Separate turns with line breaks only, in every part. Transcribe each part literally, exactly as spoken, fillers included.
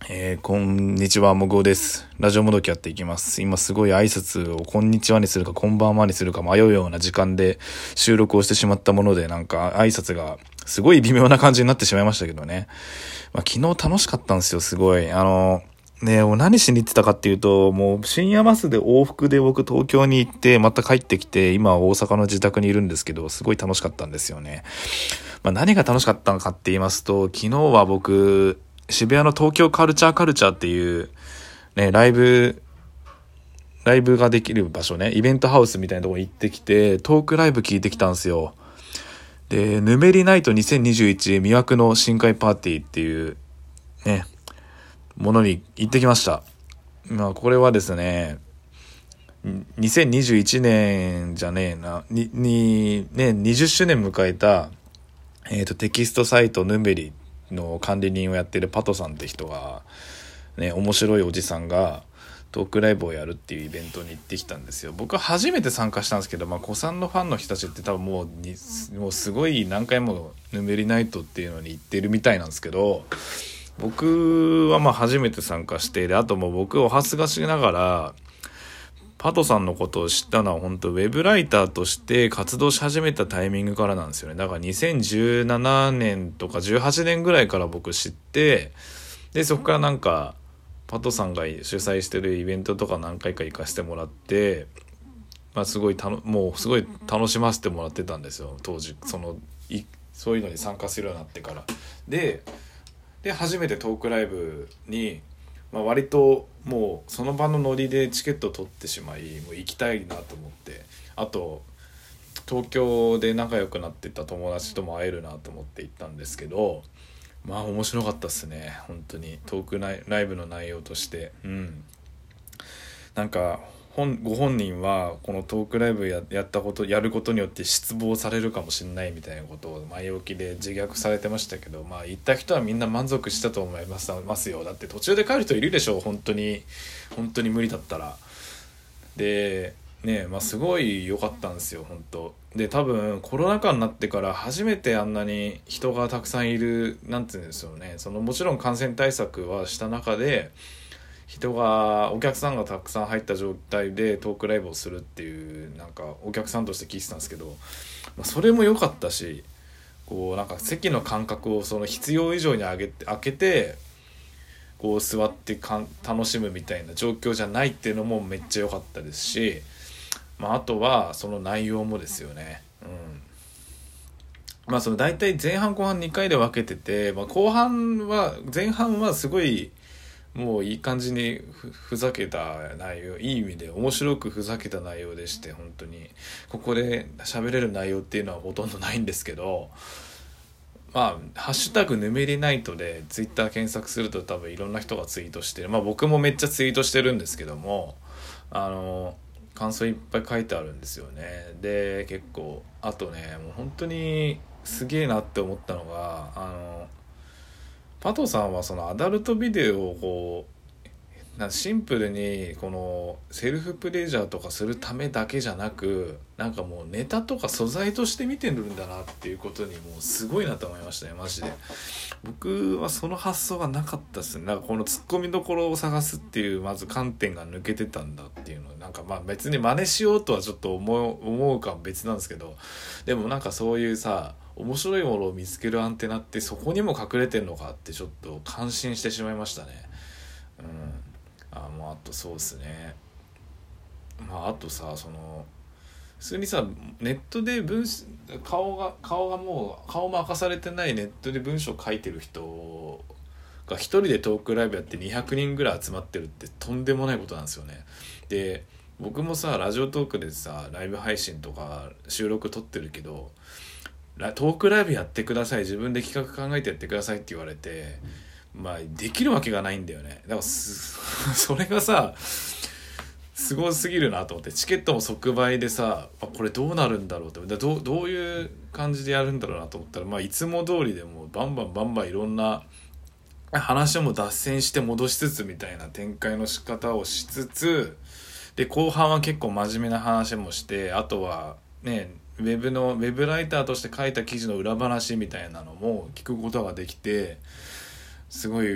えー、こんにちは、もぐおです。ラジオもどきやっていきます。今すごい挨拶をこんにちはにするかこんばんはにするか迷うような時間で収録をしてしまったもので、なんか挨拶がすごい微妙な感じになってしまいましたけどね。まあ、昨日楽しかったんですよ、すごい。あの、ね、何しに行ってたかっていうと、もう深夜バスで往復で僕東京に行ってまた帰ってきて、今は大阪の自宅にいるんですけど、すごい楽しかったんですよね。まあ、何が楽しかったのかって言いますと、昨日は僕、渋谷の東京カルチャーカルチャーっていうね、ライブ、ライブができる場所ね、イベントハウスみたいなところに行ってきて、トークライブ聞いてきたんですよ。で、ヌメリナイトにせんにじゅういち魅惑の深海パーティーっていうね、ものに行ってきました。まあこれはですね、にせんにじゅういちねんじゃねえな、に、に、ね、にじゅっしゅうねん迎えた、えっと、テキストサイトヌメリの管理人をやってるパトさんって人が、ね、面白いおじさんがトークライブをやるっていうイベントに行ってきたんですよ。僕は初めて参加したんですけど、まあ、古参のファンの人たちって多分もうにもうすごい何回もヌメリナイトっていうのに行ってるみたいなんですけど、僕はまあ初めて参加して、であともう僕お恥ずかしながらパトさんのことを知ったのは本当ウェブライターとして活動し始めたタイミングからなんですよね。だからにせんじゅうななねんとかじゅうはちねんぐらいから僕知って、でそこからなんかパトさんが主催してるイベントとか何回か行かせてもらって、まあ、すごいたのもうすごい楽しませてもらってたんですよ、当時。そのいそういうのに参加するようになってからでで初めてトークライブに、まあ、割ともうその場のノリでチケットを取ってしまい、もう行きたいなと思って、あと東京で仲良くなってた友達とも会えるなと思って行ったんですけど、まあ面白かったっすね、本当に。トークライブの内容として、うん、なんか本ご本人はこのトークライブ や, やったことやることによって失望されるかもしれないみたいなことを前置きで自虐されてましたけど、まあ行った人はみんな満足したと思いますますよ。だって途中で帰る人いるでしょ、本当に本当に無理だったら。でね、まあすごい良かったんですよ本当で。多分コロナ禍になってから初めてあんなに人がたくさんいる、なんていうんですよね、そのもちろん感染対策はした中で人がお客さんがたくさん入った状態でトークライブをするっていう、なんかお客さんとして聞いてたんですけど、まあ、それも良かったし、こうなんか席の間隔をその必要以上に上げて開けてこう座ってかん楽しむみたいな状況じゃないっていうのもめっちゃ良かったですし、まあ、あとはその内容もですよね。うん、まあその大体前半後半にかいで分けてて、まあ、後半は前半はすごいもういい感じに ふ, ふざけた内容、いい意味で面白くふざけた内容でして、本当にここで喋れる内容っていうのはほとんどないんですけど、まあハッシュタグヌメリナイトでツイッター検索すると多分いろんな人がツイートしてる、まあ僕もめっちゃツイートしてるんですけども、あの感想いっぱい書いてあるんですよね。で結構あとね、もう本当にすげえなって思ったのが、あのパトさんはそのアダルトビデオをこうなシンプルにこのセルフプレジャーとかするためだけじゃなく、なんかもうネタとか素材として見てるんだなっていうことにもうすごいなと思いましたね、マジで。僕はその発想がなかったですね。なんかこのツッコミどころを探すっていうまず観点が抜けてたんだっていうの、なんかまあ別に真似しようとはちょっと思う思うかは別なんですけど、でもなんかそういうさ、面白いものを見つけるアンテナってそこにも隠れてんのかってちょっと感心してしまいましたね。うん。あ、もうあとそうですね。まああとさ、その普通にさネットで文顔が顔がもう顔も明かされてないネットで文章を書いてる人が一人でトークライブやってにひゃくにんぐらい集まってるってとんでもないことなんですよね。で僕もさラジオトークでさライブ配信とか収録撮ってるけど、トークライブやってください、自分で企画考えてやってくださいって言われて、まあできるわけがないんだよね。だからそれがさすごすぎるなと思って、チケットも即売でさ、これどうなるんだろうって、どう、どういう感じでやるんだろうなと思ったら、まあいつも通りでもうバンバンバンバンいろんな話も脱線して戻しつつみたいな展開の仕方をしつつ、で後半は結構真面目な話もして、あとはねウェブのウェブライターとして書いた記事の裏話みたいなのも聞くことができて、すごい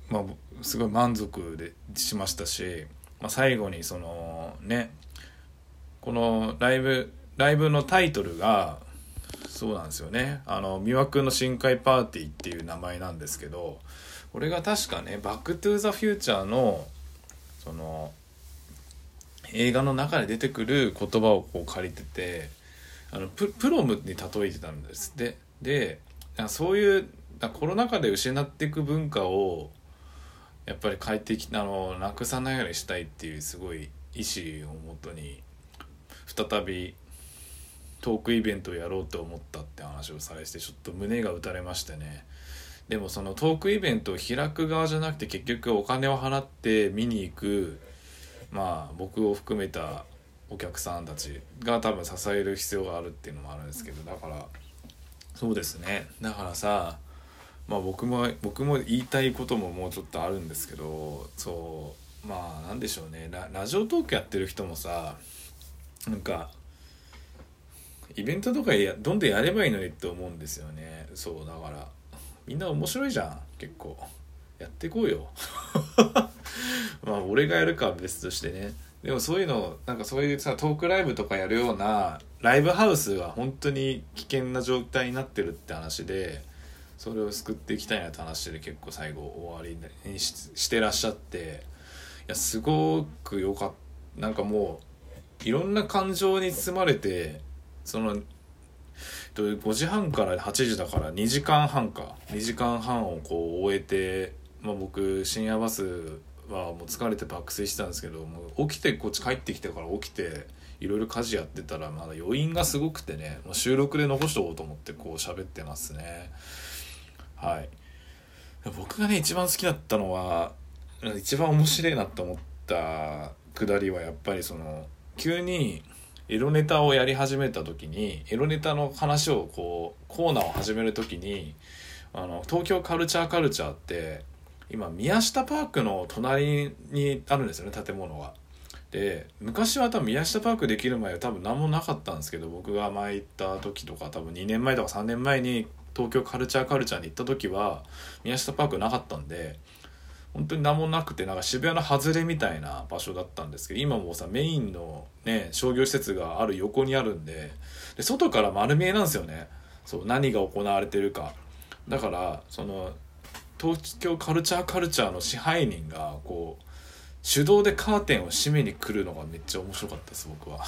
まあすごい満足でしましたし、まあ、最後にそのねこのライブライブのタイトルがそうなんですよね、あの三輪くんの深海パーティーっていう名前なんですけど、これが確かねバックトゥーザフューチャーのその映画の中で出てくる言葉をこう借りてて、あの プ, プロムに例えてたんですででそういうコロナ禍で失っていく文化をやっぱり変えてきあのなくさないようにしたいっていうすごい意思をもとに再びトークイベントをやろうと思ったって話をされて、ちょっと胸が打たれましてね。でもそのトークイベントを開く側じゃなくて結局お金を払って見に行く、まあ僕を含めたお客さんたちが多分支える必要があるっていうのもあるんですけど、だからそうですね、だからさまあ僕も僕も言いたいことももうちょっとあるんですけど、そうまあなんでしょうね、 ラ, ラジオトークやってる人もさ、なんかイベントとかやどんどんやればいいのにって思うんですよね。そうだからみんな面白いじゃん、結構やっていこうよまあ俺がやるかは別としてね。でもそういうのなんかそういうさトークライブとかやるようなライブハウスは本当に危険な状態になってるって話で、それを救っていきたいなって話で結構最後終わりに し, してらっしゃって、いやすごくよかった。なんかもういろんな感情に包まれて、そのごじはんからはちじだからにじかんはんかにじかんはんをこう終えて、まあ、僕深夜バスはもう疲れて爆睡してたんですけど、もう起きてこっち帰ってきてから起きていろいろ家事やってたらまだ余韻がすごくてね、もう収録で残しておこうと思ってこう喋ってますね。はい。僕がね一番好きだったのは、一番面白いなと思ったくだりはやっぱりその急にエロネタをやり始めた時に、エロネタの話をこうコーナーを始める時に、あの東京カルチャーカルチャーって今宮下パークの隣にあるんですよね、建物が。で昔は多分宮下パークできる前は多分何もなかったんですけど、僕が前行った時とか多分にねんまえとかさんねんまえに東京カルチャーカルチャーに行った時は宮下パークなかったんで本当に何もなくて、なんか渋谷の外れみたいな場所だったんですけど、今もうさメインのね商業施設がある横にあるんで、で外から丸見えなんですよね。そう何が行われてるか。だからその東京カルチャーカルチャーの支配人がこう手動でカーテンを閉めに来るのがめっちゃ面白かったです僕は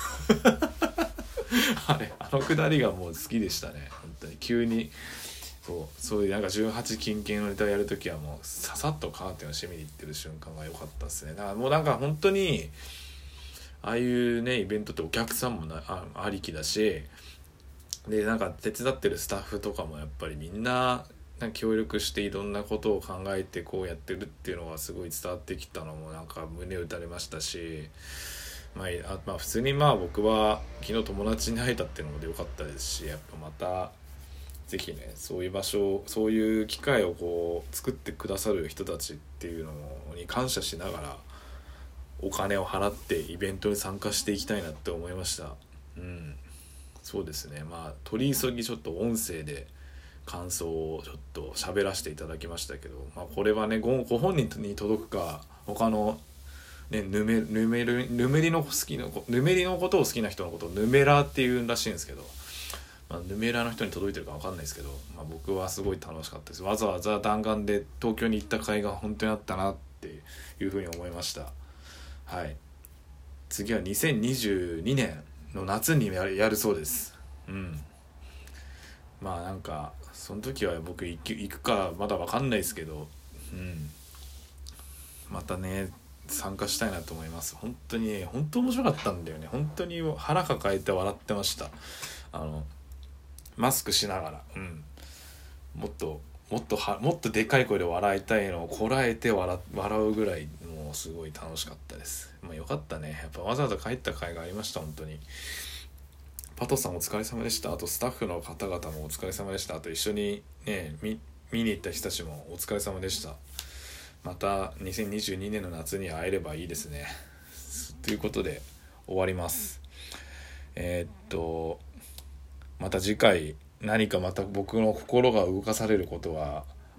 あれあのくだりがもう好きでしたね本当に。急にそうそういうなんかじゅうはち禁系のネタをやるときはもうささっとカーテンを閉めに行ってる瞬間が良かったですね。だからもうなんか本当にああいうねイベントってお客さんもな あ, ありきだし、でなんか手伝ってるスタッフとかもやっぱりみんななんか協力していろんなことを考えてこうやってるっていうのがすごい伝わってきたのもなんか胸打たれましたし、まあ、あまあ普通にまあ僕は昨日友達に会えたっていうのもでよかったですし、やっぱまたぜひねそういう場所そういう機会をこう作ってくださる人たちっていうのに感謝しながらお金を払ってイベントに参加していきたいなって思いました。うんそうですね、まあ取り急ぎちょっと音声で感想をちょっと喋らせていただきましたけど、まあ、これはね ご, ご本人に届くか他のねヌメヌメルヌメリの好きなヌメリのことを好きな人のことをヌメラーっていうんらしいんですけど、まあ、ヌメラーの人に届いてるか分かんないですけど、まあ、僕はすごい楽しかったです。わざわざ弾丸で東京に行った甲斐が本当にあったなっていうふうに思いました。はい、次はにせんにじゅうにねんの夏にや る, やるそうです。うんまあなんかその時は僕行く行くかまだ分かんないですけど、うんまたね参加したいなと思います。本当にね本当面白かったんだよね。本当に腹抱えて笑ってました。あのマスクしながら、うん、もっともっとはもっとでかい声で笑いたいのをこらえて 笑, 笑うぐらいもうすごい楽しかったです。まあよかったね、やっぱわざわざ帰った甲斐がありました。本当にパトさんお疲れ様でした。あとスタッフの方々もお疲れ様でした。あと一緒にね 見, 見に行った人たちもお疲れ様でした。またにせんにじゅうにねんの夏に会えればいいですね。ということで終わります。えー、っとまた次回何かまた僕の心が動かされることは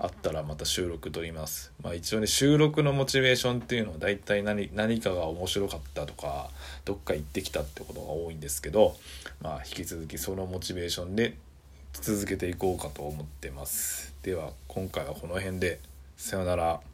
あったらまた収録撮ります。まあ一応ね、収録のモチベーションっていうのはだいたい何何かが面白かったとかどっか行ってきたってことが多いんですけど、まあ引き続きそのモチベーションで続けていこうかと思ってます。では今回はこの辺で、さよなら。